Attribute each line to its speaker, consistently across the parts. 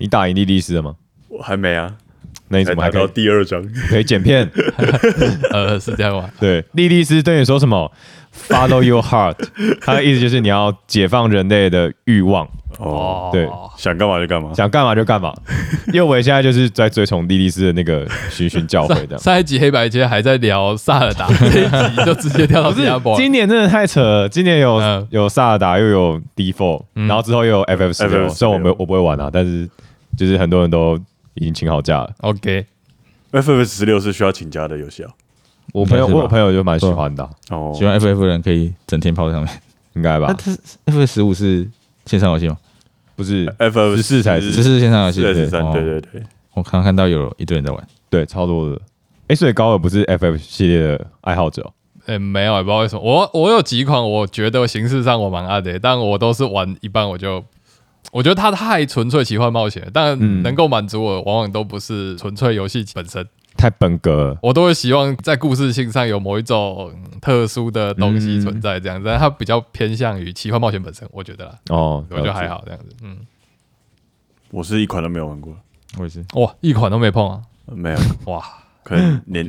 Speaker 1: 你打赢莉莉丝了吗？
Speaker 2: 我还没啊，
Speaker 1: 那你怎么还可以
Speaker 2: 到第2章？
Speaker 1: 可以剪片？
Speaker 3: 是这样吗？
Speaker 1: 对，莉莉丝对你说什么 ？Follow your heart， 它的意思就是你要解放人类的欲望。
Speaker 2: 哦，
Speaker 1: 对，
Speaker 2: 想干嘛就干嘛，
Speaker 1: 想干嘛就干嘛。右维现在就是在追从莉莉丝的那个循教诲的。
Speaker 3: 上一集黑白切还在聊萨尔达，这一集就直接跳到迪亚波。
Speaker 1: 今年真的太扯了，今年有萨尔达，又有 D4，然后之后又有 FF16，虽然我不会玩啊，但是就是很多人都已经请好假了。
Speaker 2: OK，FF16 是需要请假的游戏啊。
Speaker 1: 我有朋友就蛮喜欢的，
Speaker 4: 喜欢 FF 的人可以整天泡在上面，
Speaker 1: 应该吧
Speaker 4: ？FF15是线上游戏吗？
Speaker 1: 不是
Speaker 2: ，FF14才是
Speaker 4: 14线上游戏。
Speaker 2: 对，
Speaker 4: 我刚看到有一堆人在玩，
Speaker 1: 对，超多的。所以高尔不是 FF 系列的爱好者
Speaker 3: 没有，也不知道为什么。我有几款，我觉得形式上我蛮爱的，但我都是玩一半我觉得它太纯粹奇幻冒险，但能够满足我，往往都不是纯粹游戏本身。
Speaker 1: 太本格了，
Speaker 3: 我都会希望在故事性上有某一种特殊的东西存在，这样子，但它比较偏向于奇幻冒险本身，我觉得啦。我觉得还好这样子。
Speaker 2: 我是一款都没有玩过，
Speaker 4: 我也是。
Speaker 3: 哇，一款都没碰啊？
Speaker 2: 没有。
Speaker 3: 哇，
Speaker 2: 可能连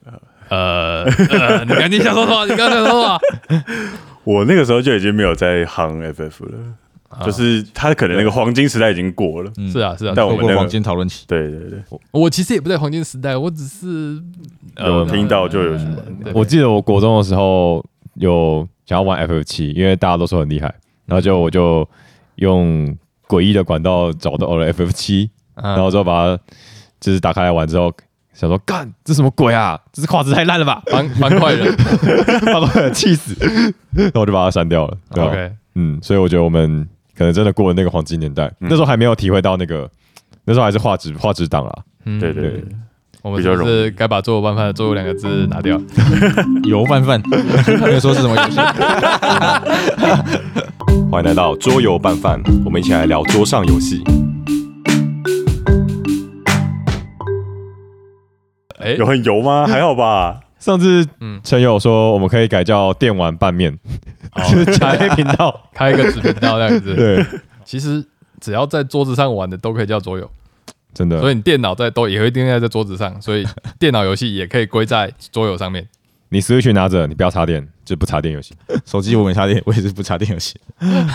Speaker 3: 你赶紧想说什么？你刚才说什么？
Speaker 2: 我那个时候就已经没有在夯 FF 了。就是他可能那个黄金时代已经过了，
Speaker 3: 是啊，
Speaker 2: 但我们
Speaker 4: 黄金讨论期，
Speaker 2: 对，
Speaker 3: 我其实也不在黄金时代，我只是
Speaker 2: 有听到就有去玩。
Speaker 1: 我记得我国中的时候有想要玩 FF7，因为大家都说很厉害，然后我就用诡异的管道找到了 FF7，然后之后把它就是打开来玩之后，想说干这什么鬼啊，这是画质太烂了吧，
Speaker 3: 方块人，
Speaker 1: 气死，然后我就把它删掉了。对吧？OK，所以我觉得我们可能真的过了那个黄金年代，那时候还没有体会到那个，那时候还是画质党啦。
Speaker 2: 对，
Speaker 3: 我们是该把桌游拌饭的桌游2个字拿掉，
Speaker 4: 油拌饭，没有说是什么游戏。
Speaker 1: 欢迎来到桌游拌饭，我们一起来聊桌上游戏。
Speaker 2: 有很油吗？还好吧。
Speaker 1: 上次陈友说我们可以改叫电玩拌面，就是开频道，
Speaker 3: 开一个子频道这样子。
Speaker 1: 对，
Speaker 3: 其实只要在桌子上玩的都可以叫桌游，
Speaker 1: 真的。
Speaker 3: 所以你电脑也会定在这桌子上，所以电脑游戏也可以归在桌游上面。
Speaker 1: 你 Switch 拿着，你不要插电，就不插电游戏。
Speaker 4: 手机我没插电，我也是不插电游戏。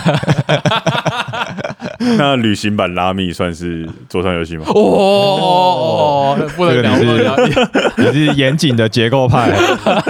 Speaker 2: 那旅行版拉密算是桌上游戏吗？
Speaker 3: 不能聊，
Speaker 1: 你是严谨的结构派，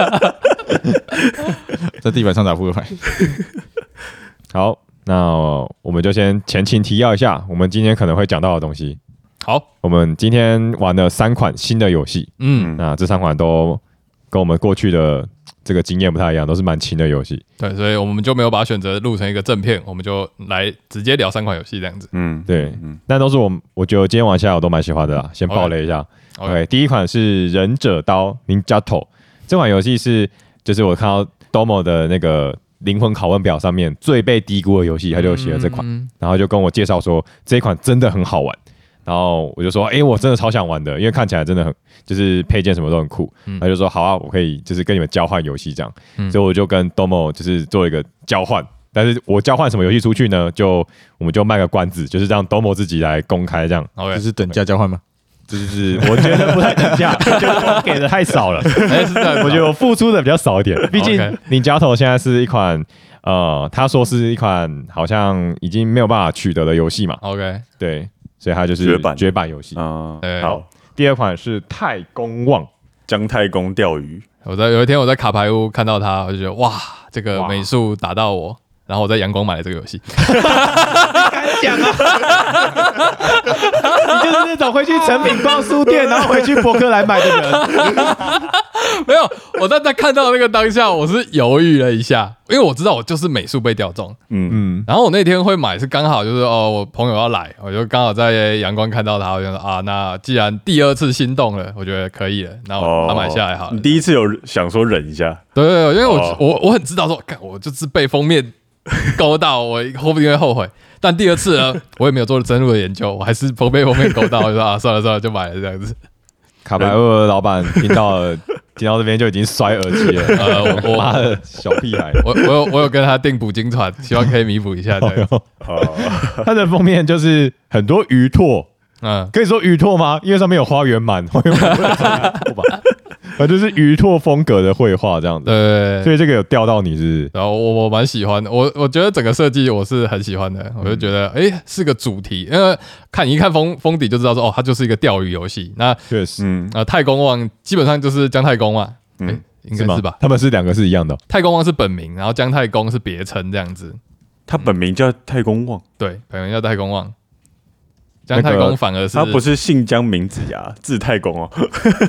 Speaker 4: 在地板上打扑克牌。
Speaker 1: 好，那我们就先前情提要一下，我们今天可能会讲到的东西。
Speaker 3: 好，
Speaker 1: 我们今天玩了3款新的游戏，那这3款都跟我们过去的这个经验不太一样，都是蛮轻的游戏。
Speaker 3: 对，所以我们就没有把它选择录成一个正片，我们就来直接聊3款游戏这样子。
Speaker 1: 对，但都是我觉得今天玩下来我都蛮喜欢的啦。先爆雷一下。OK， 第一款是忍者刀 Ninjato， 这款游戏就是我看到 Domo 的那个灵魂拷问表上面最被低估的游戏，他就写了这款，然后就跟我介绍说这一款真的很好玩。然后我就说，我真的超想玩的，因为看起来真的很，就是配件什么都很酷。他就说，好啊，我可以就是跟你们交换游戏这样。所以我就跟 Domo 就是做了一个交换，但是我交换什么游戏出去呢？我们就卖个关子，就是让 Domo 自己来公开这样。
Speaker 4: 这是等价交换吗？
Speaker 1: 就是我觉得不太等价，就是我给的太少了。我觉得我付出的比较少一点，毕竟 Ninjato 现在是一款他说是一款好像已经没有办法取得的游戏嘛。
Speaker 3: OK，
Speaker 1: 对。所以它就是绝版游戏。好，第2款是太公望，
Speaker 2: 姜太公钓鱼。
Speaker 3: 有一天我在卡牌屋看到它，我就觉得哇，这个美术打到我，然后我在阳光买了这个游戏。
Speaker 1: 敢讲啊！你就是那种会去诚品逛书店，然后回去博客来买的人。
Speaker 3: 没有，我在看到那个当下，我是犹豫了一下，因为我知道我就是美术被调中。然后我那天会买是刚好就是我朋友要来，我就刚好在阳光看到他，我就说那既然第2次心动了，我觉得可以了，那我把它买下来好了。
Speaker 2: 你第1次有想说忍一下？
Speaker 3: 对，因为我很知道说，我就是被封面勾到，我后面会后悔。但第2次呢，我也没有做深入的研究，我还是被封面勾到，我就说算了，就买了这样子。
Speaker 1: 卡牌屋的老板听到这边就已经摔耳机了。我妈的小屁孩！
Speaker 3: 我有跟他订补金船，希望可以弥补一下。
Speaker 1: 它的封面就是很多鱼拓可以说鱼拓吗？因为上面有花园满，花园满不能称鱼拓吧？就是鱼拓风格的绘画这样子。
Speaker 3: 对，
Speaker 1: 所以这个有钓到你是？
Speaker 3: 然后我蛮喜欢的，我觉得整个设计我是很喜欢的，我就觉得是个主题，因为一看封底就知道说它就是一个钓鱼游戏。那
Speaker 1: 确实，
Speaker 3: 太公望基本上就是姜太公嘛，应该是吧？
Speaker 1: 他们是两个是一样的。
Speaker 3: 太公望是本名，然后姜太公是别称这样子。
Speaker 2: 他本名叫太公望，
Speaker 3: 对，本名叫太公望。姜太公反而是
Speaker 2: 他不是姓姜名子牙，字太公哦。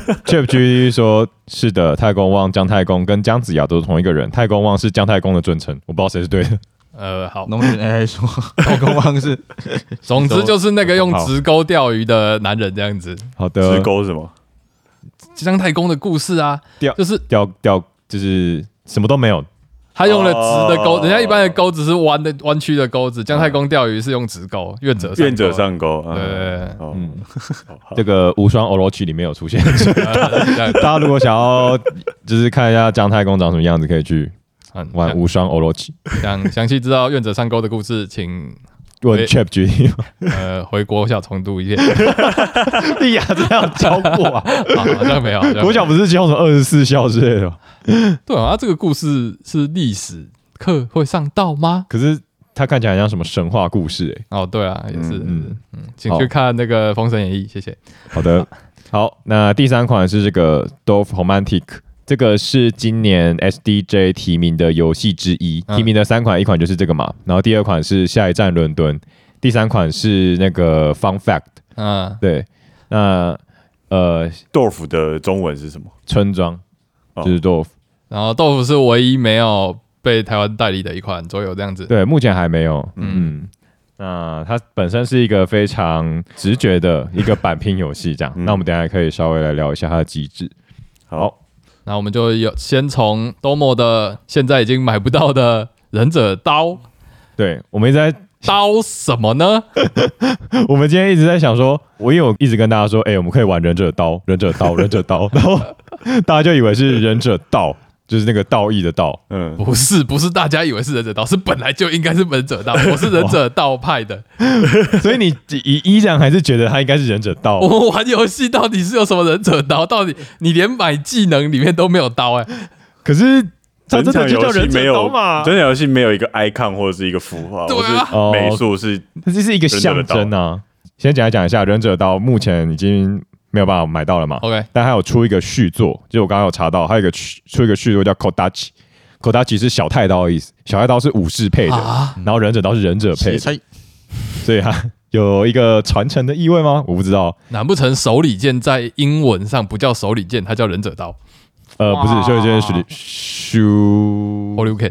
Speaker 1: ChatGPT 说是的，太公望、姜太公跟姜子牙都是同一个人。太公望是姜太公的尊称，我不知道谁是对的。
Speaker 3: 好，
Speaker 4: 农民 AI 说太公望是，
Speaker 3: 总之就是那个用直钩钓鱼的男人这样子。
Speaker 1: 好的，
Speaker 2: 直钩什么？
Speaker 3: 姜太公的故事啊，就是
Speaker 1: 就是什么都没有。
Speaker 3: 他用了直的钩，人家一般的钩子是弯曲的钩子，姜太公钓鱼是用直钩，愿者
Speaker 2: 上钩。
Speaker 3: 对，
Speaker 1: 这个无双 Orochi 里面有出现。大家如果想要就是看一下姜太公长什么样子，可以去玩无双 Orochi。
Speaker 3: 想详细知道愿者上钩的故事，请
Speaker 1: 问 ChatGPT。
Speaker 3: 回国小重读一遍。
Speaker 1: 丽雅这样教过啊？
Speaker 3: 好像没有。
Speaker 1: 国小不是教什么24孝之类的吗？
Speaker 3: 对啊，这个故事是历史课会上到吗？
Speaker 1: 可是它看起来像什么神话故事
Speaker 3: 对啊，也是。请去看那个《封神演义》，谢谢。
Speaker 1: 好的，好，那第3款是这个 Dwarf Romantic， 这个是今年 SDJ 提名的游戏之一。提名的3款，一款就是这个嘛，然后第2款是下一站伦敦，第3款是那个 Fun Fact。对，那
Speaker 2: 豆腐的中文是什么？
Speaker 1: 村庄，就是豆腐。
Speaker 3: 然后豆腐是唯一没有被台湾代理的一款桌游，这样子。
Speaker 1: 对，目前还没有。那它本身是一个非常直觉的一个板拼游戏，这样。那我们等一下可以稍微来聊一下它的机制。好，
Speaker 3: 那我们就先从 Domo 的现在已经买不到的忍者刀。
Speaker 1: 对，我们一直在
Speaker 3: 刀什么呢？
Speaker 1: 我们今天一直在想说，因为我一直跟大家说，我们可以玩忍者刀，忍者刀，忍者刀，然后大家就以为是忍者道。就是那个道义的道，
Speaker 3: 不是大家以为是忍者道，是本来就应该是忍者道，我是忍者道派的，
Speaker 1: 所以你依然还是觉得他应该是忍者道。
Speaker 3: 我玩游戏到底是有什么忍者刀？到底你连买技能里面都没有刀
Speaker 1: 可是它真的就叫忍者刀嘛？
Speaker 2: 整场游戏没有一个 icon 或者是一个符号，或是美术是，
Speaker 1: 它就是一个象征啊。先简单讲一下，忍者刀目前已经没有办法买到了嘛
Speaker 3: ？OK，
Speaker 1: 但还有出一个续作，就我刚刚有查到，还有出一个续作叫 Kodachi。Kodachi 是小太刀的意思，小太刀是武士配的，然后忍者刀是忍者配的，所以它有一个传承的意味吗？我不知道。
Speaker 3: 难不成手里剑在英文上不叫手里剑，它叫忍者刀？
Speaker 1: 不是，手里剑是 Shoryuken。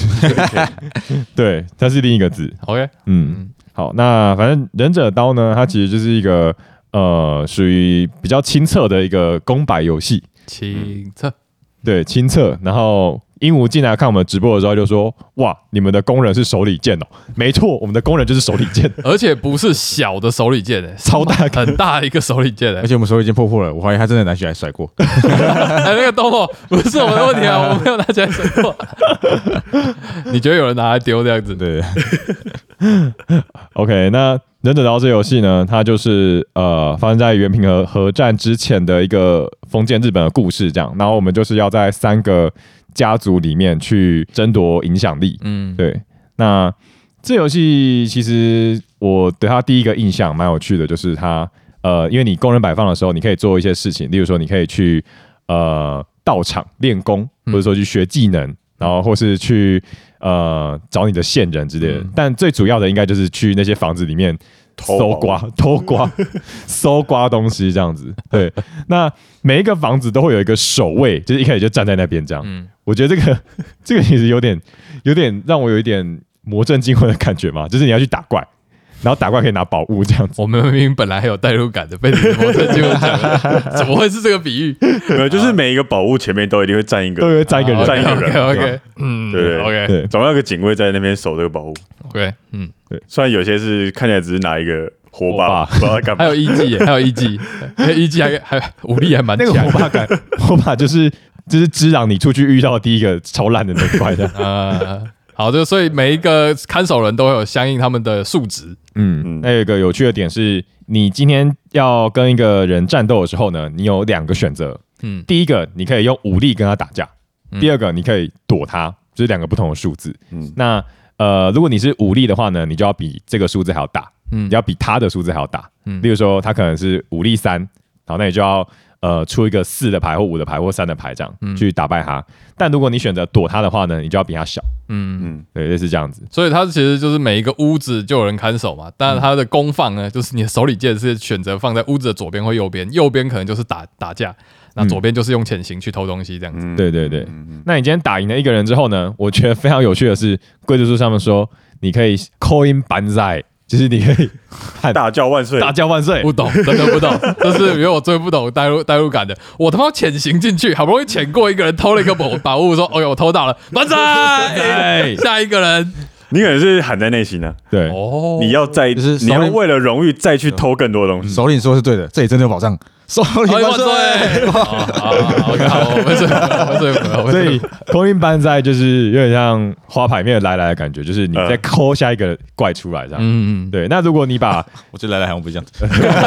Speaker 1: 对，它是另一个字。
Speaker 3: OK，
Speaker 1: 好，那反正忍者刀呢，它其实就是一个属于比较亲测的一个公摆游戏。
Speaker 3: 亲测，
Speaker 1: 对，亲测。然后鹦鹉进来看我们直播的时候就说：“哇，你们的工人是手里剑哦！”没错，我们的工人就是手里剑，
Speaker 3: 而且不是小的手里剑
Speaker 1: 超大
Speaker 3: 很大一个手里剑
Speaker 4: 而且我们手里剑破了，我怀疑他真的拿起来甩过。
Speaker 3: 那个Domo不是我们的问题啊，我没有拿起来甩过。你觉得有人拿来丢这样子？
Speaker 1: 对。OK， 那忍者刀这游戏呢，它就是发生在原平和合战之前的一个封建日本的故事，这样。然后我们就是要在3个家族里面去争夺影响力。对。那这游戏其实我对它第一个印象蛮有趣的，就是它因为你工人摆放的时候，你可以做一些事情，例如说你可以去道场练功，或者说去学技能，然后或是去找你的线人之类的。但最主要的应该就是去那些房子里面偷刮搜刮东西这样子。对，那每一个房子都会有一个守卫，就是一开始就站在那边这样。我觉得这个其实有点让我有一点魔怔惊魂的感觉嘛，就是你要去打怪，然后打怪可以拿宝物这样子。
Speaker 3: 我们明明本来还有代入感的，被你魔怔惊魂讲了，怎么会是这个比喻？
Speaker 2: 没有，就是每一个宝物前面都一定会站一个，
Speaker 1: 都会站一个人，
Speaker 2: 站一个人。
Speaker 3: OK，
Speaker 2: 对
Speaker 3: ，OK，
Speaker 2: 总要有个警卫在那边守这个宝物。
Speaker 3: OK，
Speaker 2: 对，虽然有些是看起来只是拿一个火把，不知道在干嘛。
Speaker 3: 还有一技，还有一技还武力还蛮强。
Speaker 1: 那个火把就是支挡你出去遇到第一个超烂的那个怪的。
Speaker 3: 好，就所以每一个看守人都会有相应他们的数值。
Speaker 1: 那有一个有趣的点是，你今天要跟一个人战斗的时候呢，你有2个选择。第一个你可以用武力跟他打架，第二个你可以躲他，就是2个不同的数字。那如果你是武力的话呢，你就要比这个数字还要大，你要比他的数字还要大。例如说他可能是武力3，好，那你就要出一个4的牌或5的牌或3的牌这样去打败他。但如果你选择躲他的话呢，你就要比他小。对，类似这样子。
Speaker 3: 所以它其实就是每一个屋子就有人看守嘛，但是它的攻放呢，就是你的手里剑是选择放在屋子的左边或右边，右边可能就是打架，那左边就是用潜行去偷东西这样子。
Speaker 1: 对对对。那你今天打赢了一个人之后呢，我觉得非常有趣的是，规则书上面说你可以 call in 板仔。就是你可以
Speaker 2: 大叫万岁，
Speaker 1: 大叫万岁，
Speaker 3: 不懂，真的不懂，这是因为我最不懂代入感的。我他妈潜行进去，好不容易潜过一个人，偷了一个宝物，说：“哦哟，我偷到了，万岁！”下一个人，
Speaker 2: 你可能是含在内心啊。
Speaker 1: 对，
Speaker 2: 你要再，你要为了荣誉再去偷更多的东西。
Speaker 4: 首领说的是对的，这里真的有保障。首领万岁！
Speaker 3: 好，我们
Speaker 1: 所以call in板仔就是有点像花牌面来的感觉，就是你再call下一个怪出来这样。对。那如果你把，
Speaker 4: 我觉得来好像不是这样子。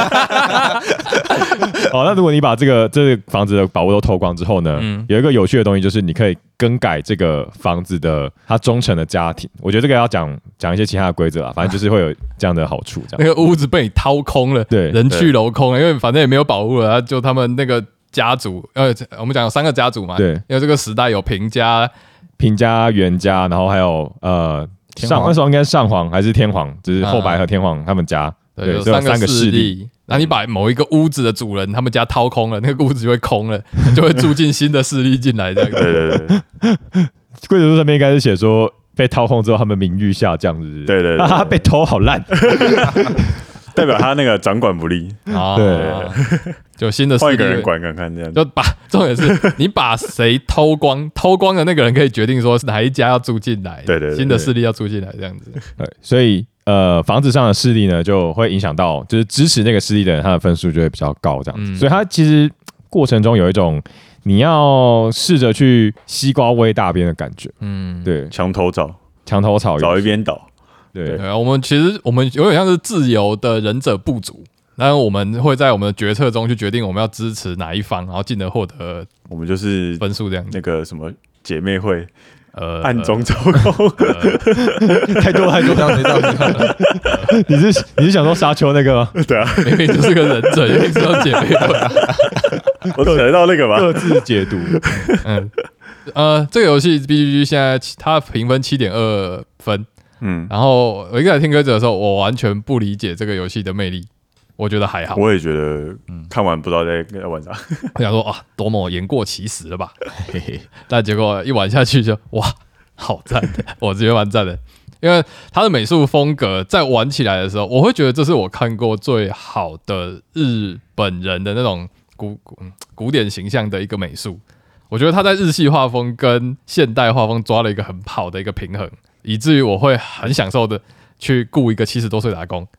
Speaker 1: 好，那如果你把这个房子的宝物都偷光之后呢，有一个有趣的东西就是你可以更改这个房子的它忠诚的家庭。我觉得这个要讲一些其他的规则啊，反正就是会有这样的好处。这样
Speaker 3: 那个屋子被你掏空了，
Speaker 1: 对，
Speaker 3: 人去楼空了，因为反正也没有宝物了，就他们那个家族，我们讲有3个家族嘛，对，因为这个时代有平家、
Speaker 1: 袁家，然后还有那时候应该是上皇还是天皇，就是后白和天皇他们家，对，
Speaker 3: 有3个势力。然后你把某一个屋子的主人他们家掏空了，那个屋子就会空了，就会住进新的势力进来。这样
Speaker 2: 对。
Speaker 1: 规则书上面应该是写说被掏空之后他们名誉下降，是不是？
Speaker 2: 对。
Speaker 1: 他被偷好烂。
Speaker 2: 代表他那个掌管不力。
Speaker 1: 对，
Speaker 3: 就新的
Speaker 2: 换一个人管看看这样。
Speaker 3: 就把重点是你把谁偷光的那个人可以决定说是哪一家要住进来，
Speaker 2: 对，
Speaker 3: 新的势力要住进来这样子。
Speaker 1: 对，所以房子上的势力呢，就会影响到就是支持那个势力的人，他的分数就会比较高这样子。所以他其实过程中有一种你要试着去西瓜煨大边的感觉。对，
Speaker 2: 墙头草，找一边倒。
Speaker 3: 对，我们有点像是自由的忍者部族，然后我们会在我们的决策中去决定我们要支持哪一方，然后进而获得
Speaker 2: 我们就是
Speaker 3: 分数这样。
Speaker 2: 那个什么姐妹会，暗中操控，
Speaker 1: 太多了。你是想说沙丘那个吗？
Speaker 2: 对啊，
Speaker 3: 明明就是个忍者，一定是要姐妹会。
Speaker 2: 我扯得到那个吗？
Speaker 1: 各自解读。
Speaker 3: 这个游戏 BGG 现在它评分7.2分。然后我一开始听规则的时候，我完全不理解这个游戏的魅力，我觉得还好。
Speaker 2: 我也觉得，看完不知道在玩啥。
Speaker 3: 我想说啊，多么言过其实了吧？但结果一玩下去就哇，好赞的，我直接玩赞的。因为它的美术风格在玩起来的时候，我会觉得这是我看过最好的日本人的那种古典形象的一个美术。我觉得他在日系画风跟现代画风抓了一个很好的一个平衡。以至于我会很享受的去雇一个70多岁的阿公。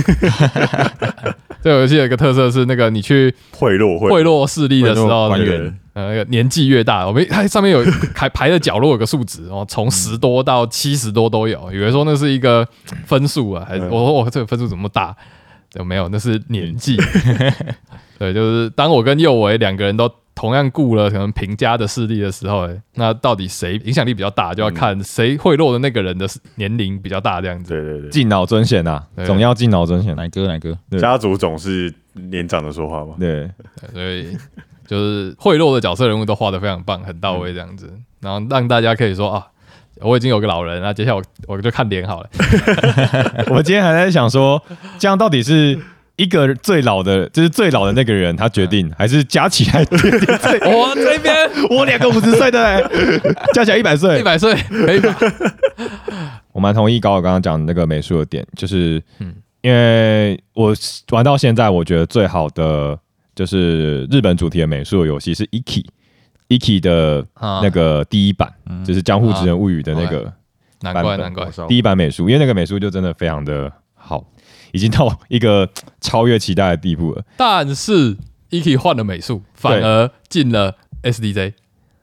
Speaker 3: 这个游戏有一个特色是，那个你去贿赂势力的时候，那个年纪越大，它上面有排的角落有个数值哦，从10多到70多都有，以为说那是一个分数啊，还是我说我这个分数怎么大？就没有，那是年纪。对，就是当我跟右维2个人都同样雇了可能平家的势力的时候，那到底谁影响力比较大，就要看谁贿赂的那个人的年龄比较大，这样子。
Speaker 2: 对，
Speaker 1: 敬老尊贤啊，总要敬老尊贤。
Speaker 4: 哪个？
Speaker 2: 家族总是年长的说话嘛。
Speaker 1: 对，
Speaker 3: 所以就是贿赂的角色人物都画得非常棒，很到位这样子，然后让大家可以说啊，我已经有个老人，那接下来我就看脸好了。
Speaker 1: 我们今天还在想说，这样到底是一个最老的，就是最老的那个人他决定，还是加起来决定？
Speaker 3: 我这边
Speaker 1: 我2个50岁的，加起来100岁
Speaker 3: ，100岁可以吧？
Speaker 1: 我蛮同意高我刚刚讲的那个美术的点，就是因为我玩到现在，我觉得最好的就是日本主题的美术的游戏是 Iki 的那个第一版，就是《江户直人物语》的那个版本，
Speaker 3: 难怪
Speaker 1: 第一版美术，因为那个美术就真的非常的好，已经到一个超越期待的地步了。
Speaker 3: 但是 Iki 换了美术，反而进了 SDJ。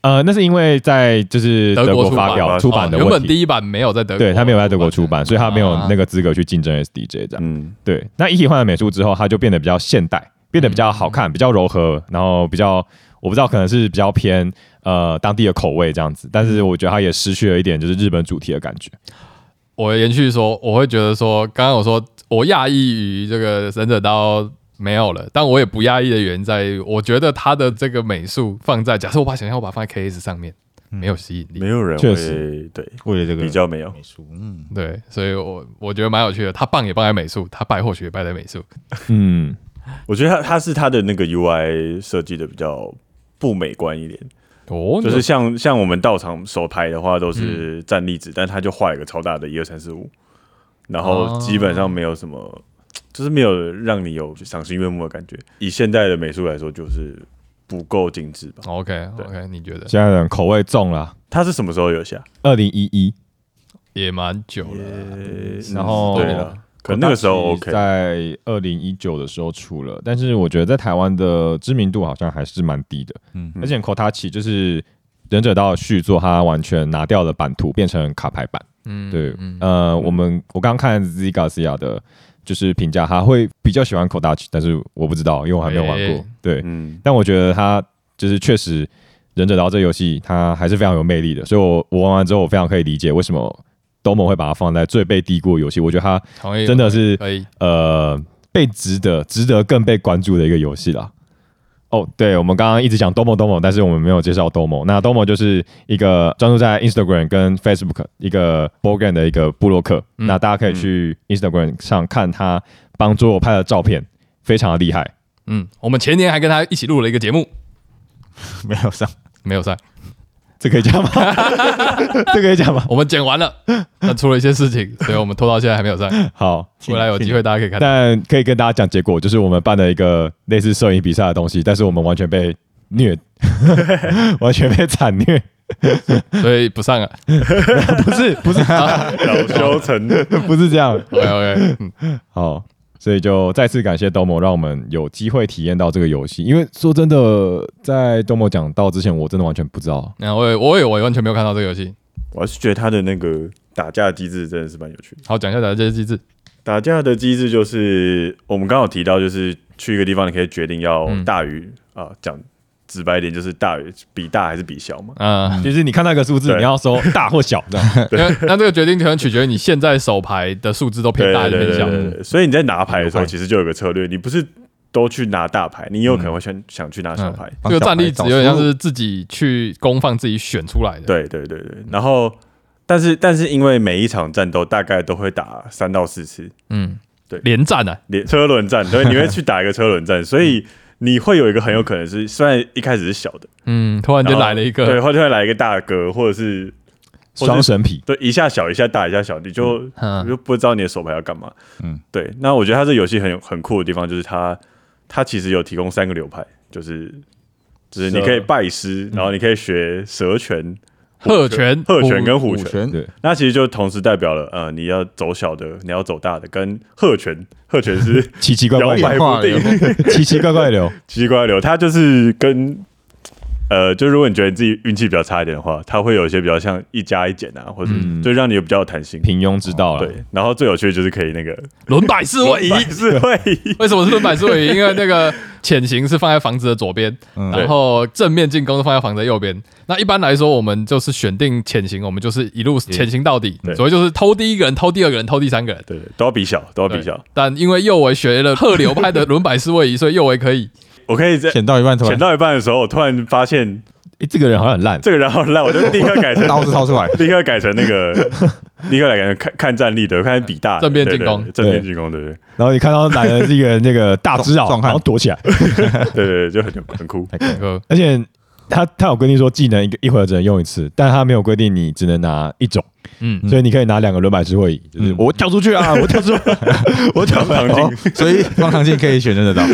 Speaker 1: 那是因为在就是德国发表出版的问题，
Speaker 3: 原本第一版没有在德国，
Speaker 1: 对，他没有在德国出版，所以他没有那个资格去竞争 SDJ 这样。对。那一体换了美术之后，它就变得比较现代，变得比较好看，比较柔和，然后比较我不知道可能是比较偏当地的口味这样子，但是我觉得它也失去了一点就是日本主题的感觉。
Speaker 3: 我延续说，我会觉得说，刚刚我说我讶异于这个忍者刀没有了，但我也不讶异的原因在于，我觉得他的这个美术放在，假设我把想象我把它放在 KS 上面，没有吸引力，
Speaker 2: 没有人
Speaker 1: 确实
Speaker 2: 对
Speaker 4: 为了这个
Speaker 2: 比较没有
Speaker 4: 美术，
Speaker 3: 对，所以我觉得蛮有趣的。他棒也棒在美术，他败或许也败在美术。
Speaker 2: 我觉得他是他的那个 UI 设计的比较不美观一点。就是像我们道场手牌的话，都是站立子，但他就画一个超大的1、2、3、4、5，然后基本上没有什么，就是没有让你有赏心悦目的感觉。以现代的美术来说，就是不够精致吧。
Speaker 3: OK， 你觉得？
Speaker 1: 现在人口味重了。
Speaker 2: 他是什么时候有下
Speaker 1: ？2011，
Speaker 3: 也蛮久了。
Speaker 1: 然后
Speaker 2: 对了。可能那个时候 OK，
Speaker 1: 在2019的时候出了，但是我觉得在台湾的知名度好像还是蛮低的。而且 Kotachi 就是忍者刀的续作，它完全拿掉了版图，变成卡牌版。对，我刚刚看 Z Garcia 的就是评价，他会比较喜欢 Kotachi， 但是我不知道，因为我还没有玩过。对，但我觉得他就是确实忍者刀这个游戏，它还是非常有魅力的，所以我玩完之后，我非常可以理解为什么Domo 会把它放在最被低估的游戏，我觉得它真的是被值得更被关注的一个游戏啦。对，我们刚刚一直讲 Domo， 但是我们没有介绍 Domo。那 Domo 就是一个专注在 Instagram 跟 Facebook 一个 board game 的一个部落客。那大家可以去 Instagram 上看他帮桌游拍的照片，非常的厉害。
Speaker 3: 我们前年还跟他一起录了一个节目，
Speaker 4: 没有上。
Speaker 1: 这可以讲吗？这可以讲吗？
Speaker 3: 我们剪完了，但出了一些事情，所以我们拖到现在还没有上。
Speaker 1: 好，
Speaker 3: 未来有机会大家可以看。
Speaker 1: 但可以跟大家讲结果，就是我们办了一个类似摄影比赛的东西，但是我们完全被虐，完全被惨虐，
Speaker 3: 所以不上了。
Speaker 1: 不是，
Speaker 2: 恼羞成怒，
Speaker 1: 不是这样。
Speaker 3: OK，
Speaker 1: 好。所以就再次感谢 Domo， 让我们有机会体验到这个游戏。因为说真的，在 Domo 讲到之前，我真的完全不知道。
Speaker 3: 我完全没有看到这个游戏。
Speaker 2: 我还是觉得它的那个打架机制真的是蛮有趣的。
Speaker 3: 好，讲一下打架机制。
Speaker 2: 打架的机制就是我们刚好提到，就是去一个地方，你可以决定要大于讲直白一点，就是比大还是比小嘛。
Speaker 1: 就是你看那个数字，你要收大或小这样。
Speaker 3: 那这个决定可能取决于你现在手牌的数字都偏大还是偏小。
Speaker 2: 所以你在拿牌的时候，其实就有个策略，你不是都去拿大牌，你有可能会想去拿小牌。
Speaker 3: 这个战力值有点像是自己去公放自己选出来的。
Speaker 2: 对。然后，但是因为每一场战斗大概都会打3到4次，对，
Speaker 3: 连战啊，
Speaker 2: 车轮战，对，你会去打一个车轮战，所以你会有一个很有可能是，虽然一开始是小的，
Speaker 3: 突然间来了一个，
Speaker 2: 对，突然来一个大哥，或者是
Speaker 1: 双神皮，
Speaker 2: 对，一下小一下大，一下小，你就不知道你的手牌要干嘛。对。那我觉得它这游戏很酷的地方就是它其实有提供3个流派，就是你可以拜师，然后你可以学蛇拳、
Speaker 3: 鹤拳
Speaker 2: 跟虎拳。
Speaker 1: 对，
Speaker 2: 那其实就同时代表了你要走小的，你要走大的，跟鹤拳是
Speaker 1: 奇奇怪怪
Speaker 2: 摇摆不定，
Speaker 1: 奇奇怪怪流，
Speaker 2: 奇奇怪怪流，它就是跟就如果你觉得你自己运气比较差一点的话，它会有一些比较像1加1减啊，或者就让你有比较有弹性。
Speaker 1: 平庸之道了。
Speaker 2: 对，然后最有趣的就是可以那个
Speaker 3: 轮摆式位移。为什么是轮摆式位移？因为那个潜行是放在房子的左边，然后正面进攻是放在房子的右边。那一般来说，我们就是选定潜行，我们就是一路潜行到底。所以就是偷第一个人、偷第二个人、偷第3个人。
Speaker 2: 对，都要比小。
Speaker 3: 但因为右维学了鹤流派的轮摆式位移，所以右维可以。
Speaker 2: 我可以在
Speaker 4: 潜到一半
Speaker 2: 的时候，我突然发现，
Speaker 1: 这个人好像很烂，
Speaker 2: 我就立刻改成
Speaker 4: 刀子掏出来，
Speaker 2: 立刻改成那个，立刻改成看战力的，看比大
Speaker 3: 正面进攻，
Speaker 2: 正面进攻，对。
Speaker 1: 然后你看到来的是一个那个大只佬，然后躲起来，
Speaker 2: 对，就很酷。
Speaker 1: 而且他有规定说技能一回合只能用1次，但他没有规定你只能拿1种。所以你可以拿2个轮摆式位移，就是我跳出去啊，我跳出去，我跳
Speaker 2: 唐镜，
Speaker 4: 所以方唐镜可以选忍者刀。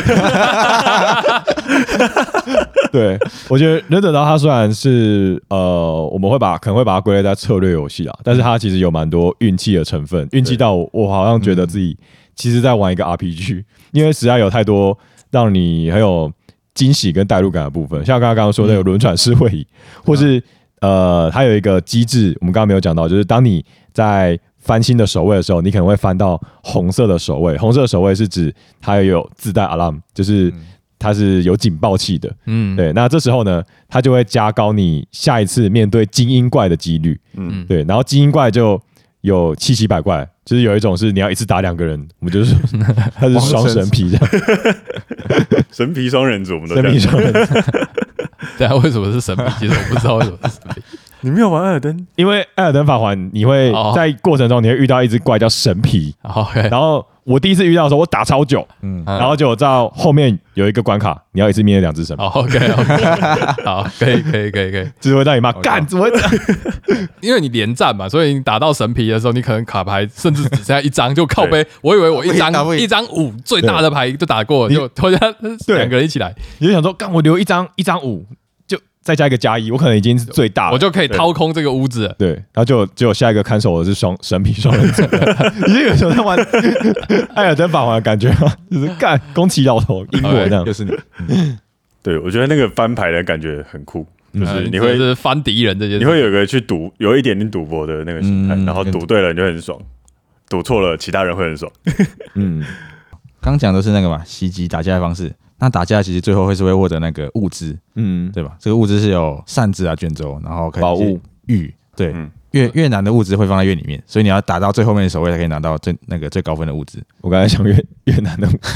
Speaker 1: 对，我觉得忍者刀它虽然是我们可能会把它归类在策略游戏啊，但是它其实有蛮多运气的成分，运气到我好像觉得自己其实在玩一个 RPG，因为实在有太多让你很有惊喜跟代入感的部分，像刚刚说那个轮转式位移，或是它有一个机制，我们刚刚没有讲到，就是当你在翻新的守卫的时候，你可能会翻到红色的守卫。红色的守卫是指它有自带 alarm， 就是它是有警报器的。对。那这时候呢，它就会加高你下一次面对精英怪的几率。对。然后精英怪就有七奇百怪，就是有一种是你要一次打2个人，我们就是它是双神皮这样。
Speaker 2: 神皮双人组，我们都
Speaker 1: 神皮双人组。
Speaker 3: 对啊，为什么是神皮？其实我不知道为什么是神皮。
Speaker 2: 你没有玩艾尔登？
Speaker 1: 因为艾尔登法环，你会在过程中你会遇到一只怪叫神皮。然后我第一次遇到的时候，我打超久，然后就到后面有一个关卡，你要一次面对2只神皮。
Speaker 3: OK， 好，可以，
Speaker 1: 就是会让你骂干，怎么会这样？
Speaker 3: 因为你连战嘛，所以你打到神皮的时候，你可能卡牌甚至只剩下1张，就靠背。我以为我一张5最大的牌就打过，就突然2个人一起来，
Speaker 1: 你就想说，干我留一张5。再加一个+1，我可能已经是最大了，
Speaker 3: 我就可以掏空这个屋子了。
Speaker 1: 对，然后就有下一个看守的是神皮双人组，已经有种在玩艾尔登法环的感觉吗？就是干宫崎老头赢我这样，
Speaker 4: 就是你。
Speaker 2: 对，我觉得那个翻牌的感觉很酷，就是你会
Speaker 3: 是翻敌人这件事，
Speaker 2: 你会有个去赌，有一点点赌博的那个心态，然后赌对了你就很爽，赌错了其他人会很爽。
Speaker 4: 刚讲的是那个嘛，袭击打架的方式。那打架其实最后会获得那个物资，对吧？这个物资是有扇子啊、卷轴，然后可以
Speaker 1: 宝物
Speaker 4: 玉，对，越难的物资会放在越里面，所以你要打到最后面的守卫才可以拿到最高分的物资。
Speaker 1: 我刚才想越南的物资，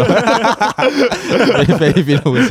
Speaker 4: 菲律宾的物资。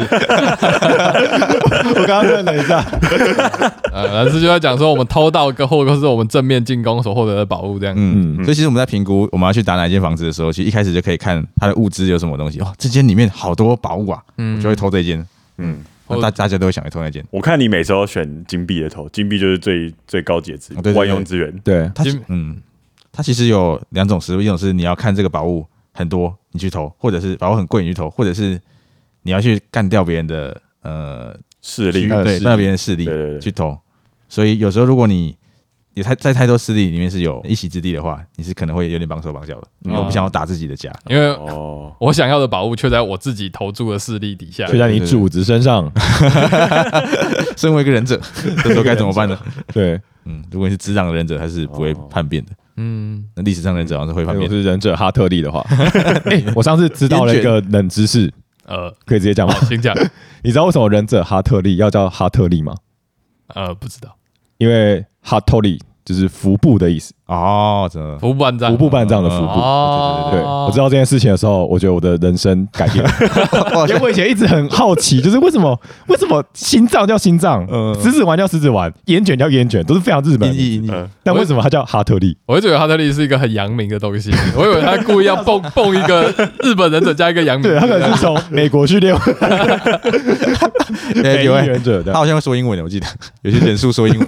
Speaker 1: 我刚刚愣了一下，
Speaker 3: 老师就在讲说我们偷到或者是我们正面进攻所获得的宝物这样。
Speaker 4: 所以其实我们在评估我们要去打哪一间房子的时候，其实一开始就可以看它的物资有什么东西。这间里面好多宝物啊，我就会偷这间。大家都会想去偷那件。我
Speaker 2: 看你每周选金币的偷，金币就是最高阶资源，万用资源。
Speaker 1: 对，
Speaker 4: 它其实有2种思路，一种是你要看这个宝物很多你去偷，或者是宝物很贵你去偷，或者是你要去干掉别人的
Speaker 2: 势力，
Speaker 4: 对，干掉别人的势力去偷。所以有时候如果你在太多势力里面是有一席之地的话，你是可能会有点绑手绑脚的，因为我不想要打自己的家，
Speaker 3: 因为我想要的宝物却在我自己投注的势力底下，
Speaker 1: 却在你主子身上。
Speaker 4: 身为一个忍者，这时候该怎么办呢？
Speaker 1: 对，
Speaker 4: 如果你是执掌的忍者，他是不会叛变的。那历史上忍者好像是会叛变。
Speaker 1: 我是忍者哈特利的话，我上次知道了一个冷知识，可以直接讲吗？
Speaker 3: 请讲。
Speaker 1: 你知道为什么忍者哈特利要叫哈特利吗？
Speaker 3: 不知道。因
Speaker 1: 为哈特利就是服部的意思
Speaker 4: 真的
Speaker 3: 服部半藏，
Speaker 1: 服部半藏的服部。对，我知道这件事情的时候，我觉得我的人生改变了。因为我以前一直很好奇，就是为什么心脏叫心脏，食指丸叫食指丸，烟卷叫烟卷，都是非常日本的。但为什么它叫哈特利？
Speaker 3: 我一直以为哈特利是一个很阳明的东西，我以为他故意要蹦一个日本忍者加一个阳明。
Speaker 1: 对，他可能是从美国去练。美国忍者，
Speaker 4: 他好像会说英文的，我记得有些忍术说英文。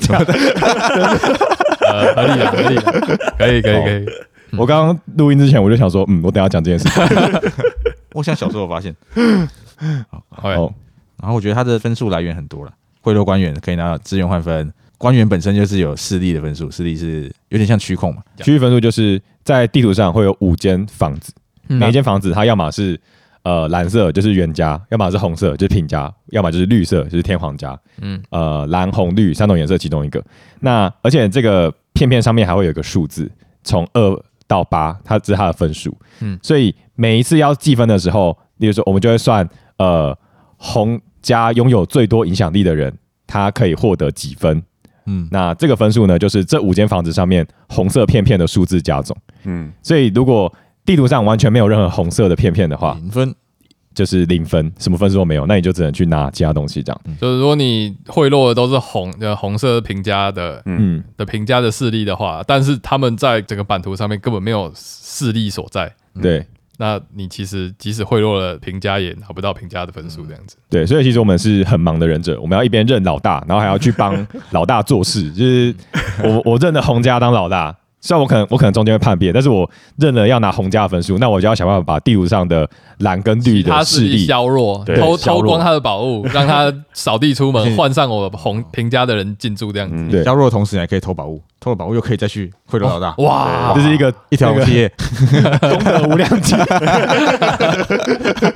Speaker 3: 合理的，可以。
Speaker 1: 我刚刚录音之前我就想说，我等一下讲这件事。
Speaker 4: 我想小时候我发现，然后我觉得他的分数来源很多了，贿赂官员可以拿到资源换分，官员本身就是有势力的分数，势力是有点像区控嘛。
Speaker 1: 区域分数就是在地图上会有5间房子，每一间房子它要么是蓝色就是原家，要么是红色就是平家，要么就是绿色就是天皇家。蓝红绿3种颜色其中一个。那而且这个片上面还会有一个数字，从2到8，这是它的分数。所以每一次要计分的时候，例如说我们就会算红家拥有最多影响力的人，他可以获得几分。那这个分数呢，就是这5间房子上面红色片的数字加总。所以如果地图上完全没有任何红色的片的话，0分就是0分，什么分数都没有，那你就只能去拿其他东西这样。
Speaker 3: 就是如果你贿赂的都是红色平家的，平家的势力的话，但是他们在整个版图上面根本没有势力所在。
Speaker 1: 对，
Speaker 3: 那你其实即使贿赂了平家，也拿不到平家的分数这样子。
Speaker 1: 对，所以其实我们是很忙的忍者，我们要一边认老大，然后还要去帮老大做事。就是我认了红家当老大。虽然我可能中间会叛变，但是我认了要拿红家的分数，那我就要想办法把地图上的蓝跟绿的势力
Speaker 3: 削弱，偷光他的宝物，让他扫地出门，换上我红平家的人进驻这样子。
Speaker 4: 削弱的同时，你还可以偷宝物，偷了宝物又可以再去贿赂老大。
Speaker 1: 哇，这是一条龙企业，功德无量极。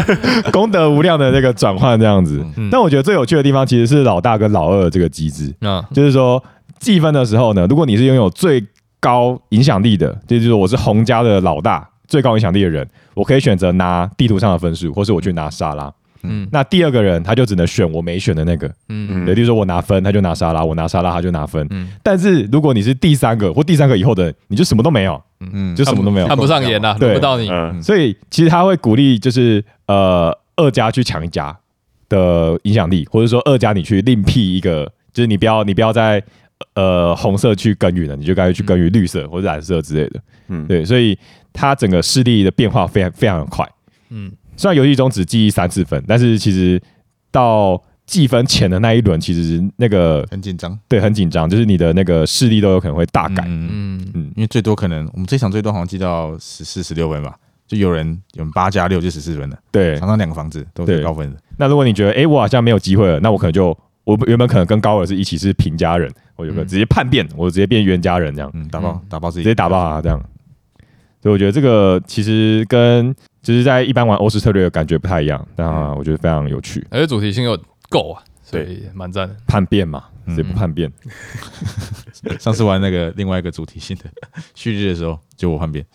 Speaker 1: 功德无量的那个转换这样子。但我觉得最有趣的地方其实是老大跟老二的这个机制，就是说计分的时候呢，如果你是拥有最高影响力的，就是说我是洪家的老大，最高影响力的人，我可以选择拿地图上的分数，或是我去拿沙拉。那第二个人他就只能选我没选的那个，对，例如说我拿分，他就拿沙拉；我拿沙拉，他就拿分。但是如果你是第三个或第三个以后的，你就什么都没有，就什么都没有，
Speaker 3: 看不上眼啊，轮不到你。
Speaker 1: 所以其实他会鼓励就是二家去抢一家的影响力，或者说二家你去另辟一个，就是你不要在红色去耕耘了，你就该去耕耘绿色或者蓝色之类的。对，所以它整个势力的变化非常的快。虽然游戏中只记3次分，但是其实到计分前的那一轮，其实那个
Speaker 4: 很紧张，
Speaker 1: 对，很紧张，就是你的那个势力都有可能会大改。
Speaker 4: 因为最多可能我们这场最多好像记到14、16分吧，就有人8加6就14分了，
Speaker 1: 对，
Speaker 4: 常常2个房子都是高分的。
Speaker 1: 那如果你觉得我好像没有机会了，那我可能我原本可能跟高尔是一起是平家人，我有个直接叛变，我直接变冤家人这样，
Speaker 4: 打爆自己，
Speaker 1: 直接打爆他这样。所以我觉得这个其实跟就是在一般玩欧式策略的感觉不太一样，但我觉得非常有趣，
Speaker 3: 而且主题性又够啊，所以蛮赞的。
Speaker 1: 叛变嘛，谁不叛变？
Speaker 4: 上次玩那个另外一个主题性的旭日的时候，就我叛变。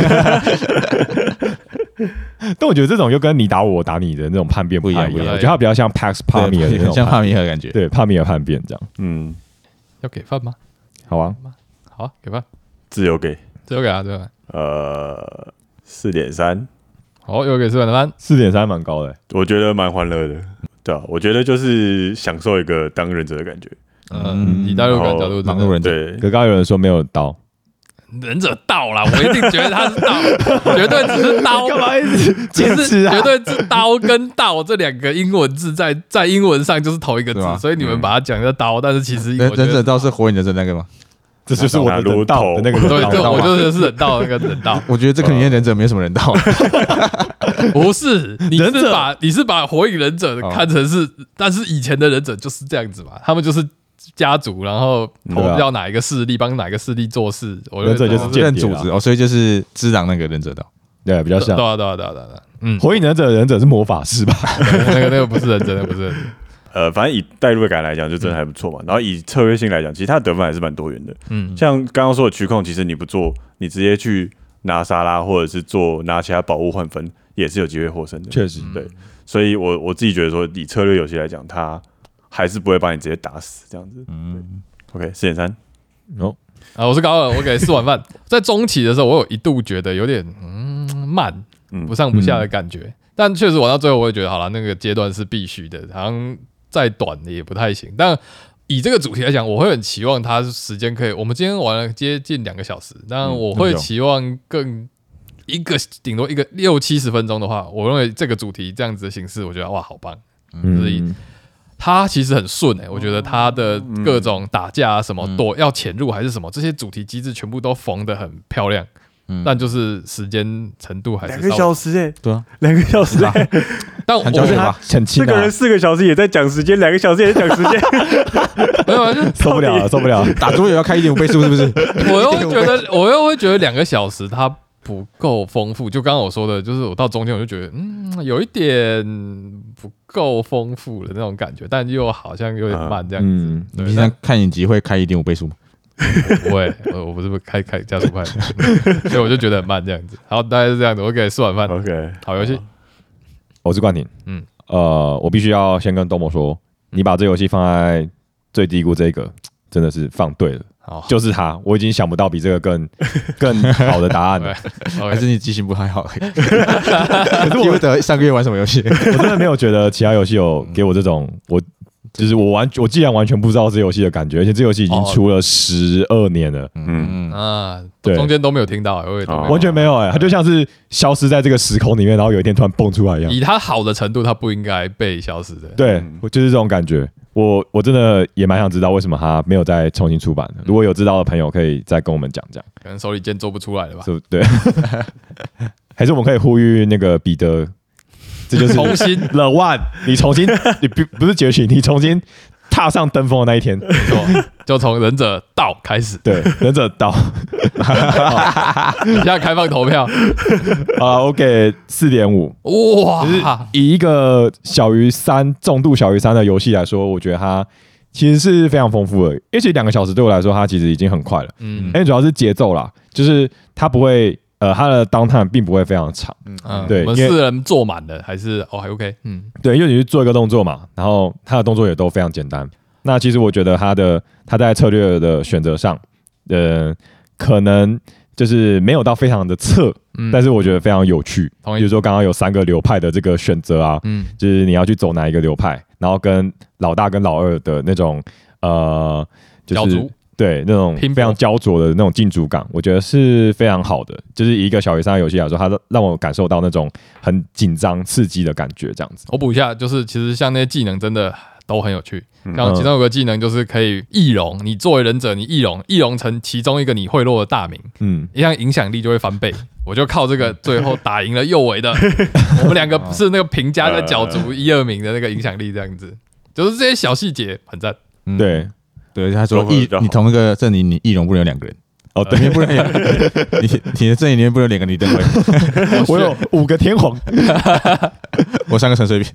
Speaker 1: 但我觉得这种又跟你打我，我打你的那种叛变不一样，我觉得它比较像 Pax 帕米尔那种，
Speaker 4: 像帕米尔的感觉。
Speaker 1: 对，帕米尔叛变这样。
Speaker 3: 要给饭吗？
Speaker 1: 好啊，
Speaker 3: 好啊，给饭，
Speaker 2: 自由给
Speaker 3: 啊，对吧
Speaker 2: ？4.3。
Speaker 3: 好，又给4分半
Speaker 1: ，4.3蛮高的，
Speaker 2: 我觉得蛮欢乐的。对啊，我觉得就是享受一个当忍者的感觉。
Speaker 3: 以代入感角度，
Speaker 4: 盲目忍者。
Speaker 2: 对，
Speaker 1: 可刚刚有人说没有刀。
Speaker 3: 忍者刀啦，我一定觉得他是刀，绝对只是刀。
Speaker 1: 干嘛一直坚持啊？
Speaker 3: 绝对是刀跟道这2个英文字在英文上就是同一个字，所以你们把它讲叫刀，但是其实
Speaker 4: 忍者刀是火影忍者那个吗？
Speaker 1: 这就是我的人道的那个。
Speaker 3: 对，我就是忍道那个忍道。
Speaker 4: 我觉得这个里面忍者没什么人道。
Speaker 3: 不是，你是把火影忍者看成是，但是以前的忍者就是这样子嘛，他们就是家族，然后投票哪一个势力，帮哪一个势力做事。
Speaker 1: 忍者就是
Speaker 4: 认组织所以就是知郎那个忍者道，
Speaker 1: 对，比较像。
Speaker 3: 对。
Speaker 1: 火影忍者是魔法师吧？
Speaker 3: 那个不是忍者，那不是忍者。
Speaker 2: 反正以代入感来讲，就真的还不错嘛。然后以策略性来讲，其实它的得分还是蛮多元的。像刚刚说的区控，其实你不做，你直接去拿沙拉，或者是拿其他宝物换分，也是有机会获胜的。
Speaker 1: 确实，
Speaker 2: 对。所以我自己觉得说，以策略游戏来讲，它还是不会把你直接打死这样子。OK，4.3。
Speaker 3: 我是高尔，我给4碗饭。在中期的时候，我有一度觉得有点慢，不上不下的感觉。但确实玩到最后，我也觉得好了，那个阶段是必须的，好像再短也不太行。但以这个主题来讲，我会很期望它时间可以，我们今天玩了接近2个小时，但我会期望顶多一个60-70分钟的话，我认为这个主题这样子的形式，我觉得哇好棒。所以它其实很顺我觉得它的各种打架啊什么要潜入还是什么，这些主题机制全部都缝得很漂亮。但就是时间程度还是
Speaker 2: 2个小时
Speaker 4: 对啊
Speaker 2: ，2个小时
Speaker 3: 但我觉得
Speaker 2: 这个人4个小时也在讲时间，2个小时也在讲时间，
Speaker 3: 没有
Speaker 1: 受不了，
Speaker 4: 打桌游要开1.5倍速是不是？
Speaker 3: 我又会觉得2个小时它不够丰富。就刚刚我说的，就是我到中间我就觉得有一点不够丰富的那种感觉，但又好像有点慢这样子。
Speaker 4: 你平常看影集会开1.5倍速吗？
Speaker 3: 不会，我不是开加速派，所以我就觉得很慢这样子。好，大概是这样子，我给4碗饭。
Speaker 2: OK，
Speaker 3: 好游戏。
Speaker 1: 我是冠廷。我必须要先跟东某说，你把这游戏放在最低谷这个，真的是放对了。就是他，我已经想不到比这个更好的答案了。
Speaker 4: 还是你记性不太好？可是我记不得上个月玩什么游戏，
Speaker 1: 我真的没有觉得其他游戏有给我这种我既然完全不知道这游戏的感觉，而且这游戏已经出了12年了，
Speaker 3: 对，中间都没有听到，
Speaker 1: 完全没有它就像是消失在这个时空里面，然后有一天突然蹦出来一样。
Speaker 3: 以它好的程度，它不应该被消失的。
Speaker 1: 对，就是这种感觉。我真的也蛮想知道为什么它没有再重新出版的。如果有知道的朋友，可以再跟我们讲讲。
Speaker 3: 可能手里剑做不出来了吧？
Speaker 1: 对，还是我们可以呼吁那个彼得。这就是
Speaker 3: 重新
Speaker 1: The One， 你不是崛起，你重新踏上登峰的那一天，
Speaker 3: 没错，就从忍者道开始。
Speaker 1: 对，忍者道。
Speaker 3: 现在开放投票
Speaker 1: 我给4.5。
Speaker 3: 哇，
Speaker 1: 就是以一个重度小于3的游戏来说，我觉得它其实是非常丰富的。而且2个小时对我来说，它其实已经很快了。因为主要是节奏啦，就是它不会。它的 downtime 并不会非常长，对，
Speaker 3: 我们4人坐满了，还是还 OK，
Speaker 1: 对，因为你去做一个动作嘛，然后他的动作也都非常简单。那其实我觉得他在策略的选择上，可能就是没有到非常的侧，但是我觉得非常有趣。比如说刚刚有3个流派的这个选择啊，就是你要去走哪一个流派，然后跟老大跟老二的那种就是对那种非常焦灼的那种竞逐感，我觉得是非常好的。就是以一个小于3的游戏来说，它让我感受到那种很紧张刺激的感觉。这样子，
Speaker 3: 我补一下，就是其实像那些技能真的都很有趣。像其中有个技能就是可以易容，你作为忍者，你易容成其中一个你贿赂的大名，一样影响力就会翻倍。我就靠这个最后打赢了右尾的，我们2个是那个平家的角逐1、2名的那个影响力，这样子，就是这些小细节很赞。
Speaker 1: 对。
Speaker 4: 对，他说你同一个阵营，你易容不能有2个人。
Speaker 1: 对，
Speaker 4: 里面不能有你的阵营里面不能有2个李登辉。
Speaker 1: 我有5个天皇，
Speaker 4: 我3个陈水扁。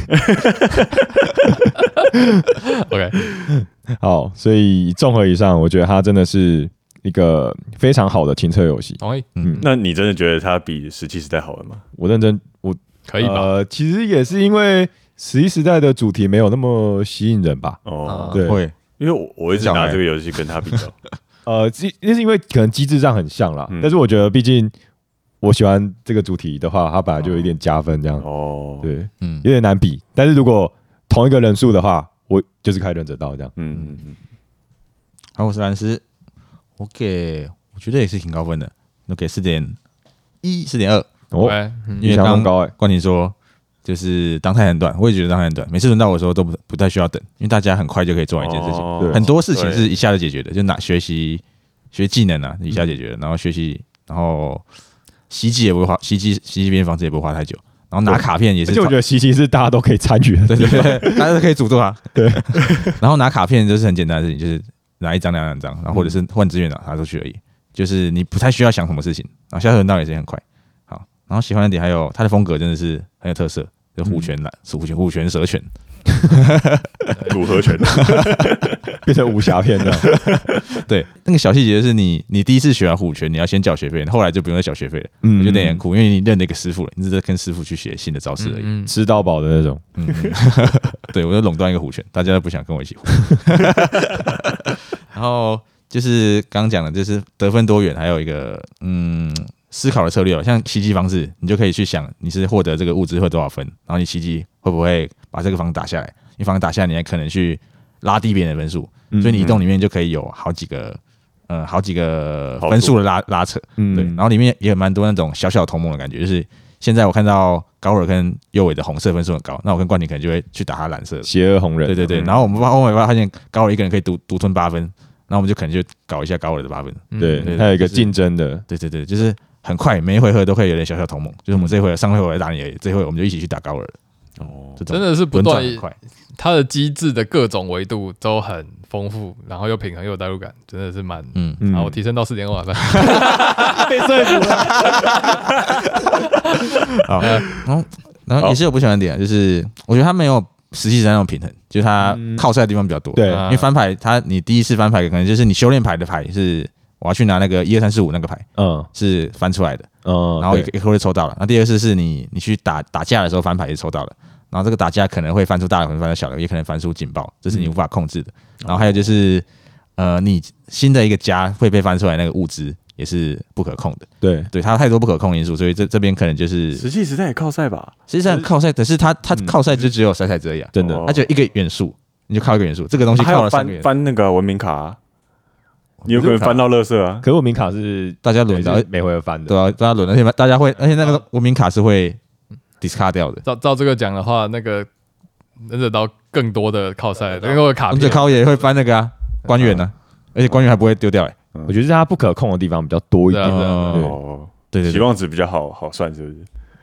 Speaker 3: OK，
Speaker 1: 好，所以综合以上，我觉得它真的是一个非常好的情策游戏。
Speaker 3: 同意。
Speaker 2: 那你真的觉得它比17时代好玩吗？
Speaker 1: 我认真，
Speaker 3: 可以吧？
Speaker 1: 其实也是因为11时代的主题没有那么吸引人吧。对，
Speaker 4: 会。
Speaker 2: 因为我一直拿这个游戏跟他比较，
Speaker 1: 那是因为可能机制上很像啦，但是我觉得毕竟我喜欢这个主题的话，它本来就有一点加分这样。对，有点难比。但是如果同一个人数的话，我就是开忍者道这样。
Speaker 4: 好，我是蓝斯，我觉得也是挺高分的，我给4.1、4.2。因为刚刚冠廷说。就是当态很短，我也觉得当态很短。每次轮到我的时候都不太需要等，因为大家很快就可以做完一件事情。很多事情是一下就解决的，就学技能啊，一下解决了，然后然后袭击也不会袭击别人房子也不会花太久。然后拿卡片也是，
Speaker 1: 而且我觉得袭击是大家都可以参与的，
Speaker 4: 对，大家都可以诅咒他。对，然后拿卡片就是很简单的事情，就是拿1张、2张，然后或者是换资源拿出去而已，就是你不太需要想什么事情。然后下次轮到也是很快。好，然后喜欢的点还有他的风格真的是很有特色。虎拳蛇拳，
Speaker 2: 组合拳
Speaker 1: 变成武侠片这样。
Speaker 4: 对，那个小细节就是你第一次学完虎拳，你要先缴学费，后来就不用再缴学费了。我觉得很酷，因为你认了一个师傅了，你只是跟师傅去学新的招式而已，
Speaker 1: 吃到饱的那种。
Speaker 4: 对，我就垄断一个虎拳，大家都不想跟我一起。然后就是刚刚讲的，就是得分多元，还有一个思考的策略，像袭击方式，你就可以去想你是获得这个物资会多少分，然后你袭击会不会把这个房打下来？你房打下来，你还可能去拉低别人的分数，所以你移动里面就可以有好几个分数的拉扯。对，然后里面也有蛮多那种小小同盟的感觉，就是现在我看到高尔跟右尾的红色分数很高，那我跟冠廷可能就会去打他蓝色，
Speaker 1: 邪恶红人。
Speaker 4: 对，然后我们后面发现高尔一个人可以独吞8分，然后我们就可能就搞一下高尔的8分。
Speaker 1: 对，他有一个竞争的。
Speaker 4: 对，就是很快，每一回合都会有点小小同盟，就是我们这一回合、上回合打你而已，这一回我们就一起去打高尔。
Speaker 3: 真的是不断，它的机制的各种维度都很丰富，然后又平衡又有代入感，真的是蛮好，我提升到4.5分，
Speaker 1: 被说服了。
Speaker 4: 好，然后也是有不喜欢的点，就是我觉得它没有实际上那种平衡，就是它靠赛的地方比较多。
Speaker 1: 对，
Speaker 4: 因为翻牌，你第一次翻牌可能就是你修炼牌的牌是我要去拿那个1、2、3、4、5那个牌，是翻出来的，然后一个会抽到了。那第二次是你去打架的时候翻牌也抽到了。然后这个打架可能会翻出大的，可能翻出小的，也可能翻出警报，这是你无法控制的。然后还有就是，你新的一个家会被翻出来那个物资也是不可控的。对，它有太多不可控因素，所以这边可能就是
Speaker 2: 17时代也靠赛吧？
Speaker 4: 实际上靠赛，可是它靠赛就只有骰子而已，
Speaker 1: 真的，
Speaker 4: 它就一个元素，你就靠一个元素，这个东西靠了3个元素。
Speaker 2: 翻那个文明卡，你有可能翻到垃圾啊。
Speaker 1: 可是文明卡是
Speaker 4: 大家轮到
Speaker 1: 每回合翻的，
Speaker 4: 对啊，大家轮，而且大家会，而且那个文明卡是会 discard 掉的。
Speaker 3: 照这个讲的话，那个忍者刀更多的靠赛，更多的卡片，
Speaker 4: 忍者靠也会翻那个官员呢，而且官员还不会丢掉。
Speaker 1: 我觉得是它不可控的地方比较多一点。
Speaker 4: 对，
Speaker 2: 期望值比较好算，是不是？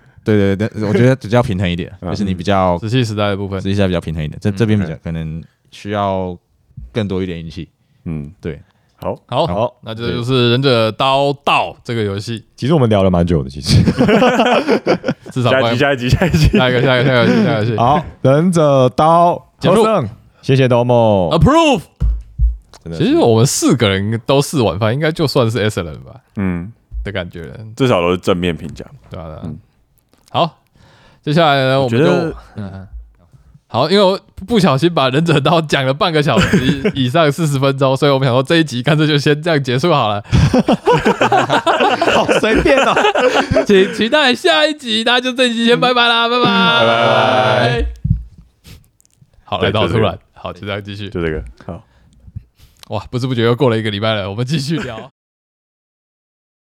Speaker 4: 对，我觉得比较平衡一点，就是你比较
Speaker 3: 17时代的部分，
Speaker 4: 17时代比较平衡一点，这边比较可能需要更多一点运气。对。
Speaker 3: 好，那这就是忍者刀道这个游戏。
Speaker 1: 其实我们聊了蛮久的，其实。
Speaker 3: 至少
Speaker 2: 下一集，
Speaker 3: 下一个游戏。
Speaker 1: 好，忍者刀结束，谢谢 Domo
Speaker 3: approve。其实我们4个人都4碗饭，应该就算是 excellent 吧，的感觉，
Speaker 2: 至少都是正面评价，
Speaker 3: 对吧？好，接下来呢，我们就好，因为我不小心把忍者刀讲了半个小时以上40分钟，所以我们想说这一集干脆就先这样结束好了。
Speaker 1: 好随便哦，
Speaker 3: 请期待下一集，那就这一集先拜拜啦，拜拜。好，来到突然，好，就这样继续，
Speaker 2: 就这个好。
Speaker 3: 哇，不知不觉又过了1个礼拜了，我们继续聊。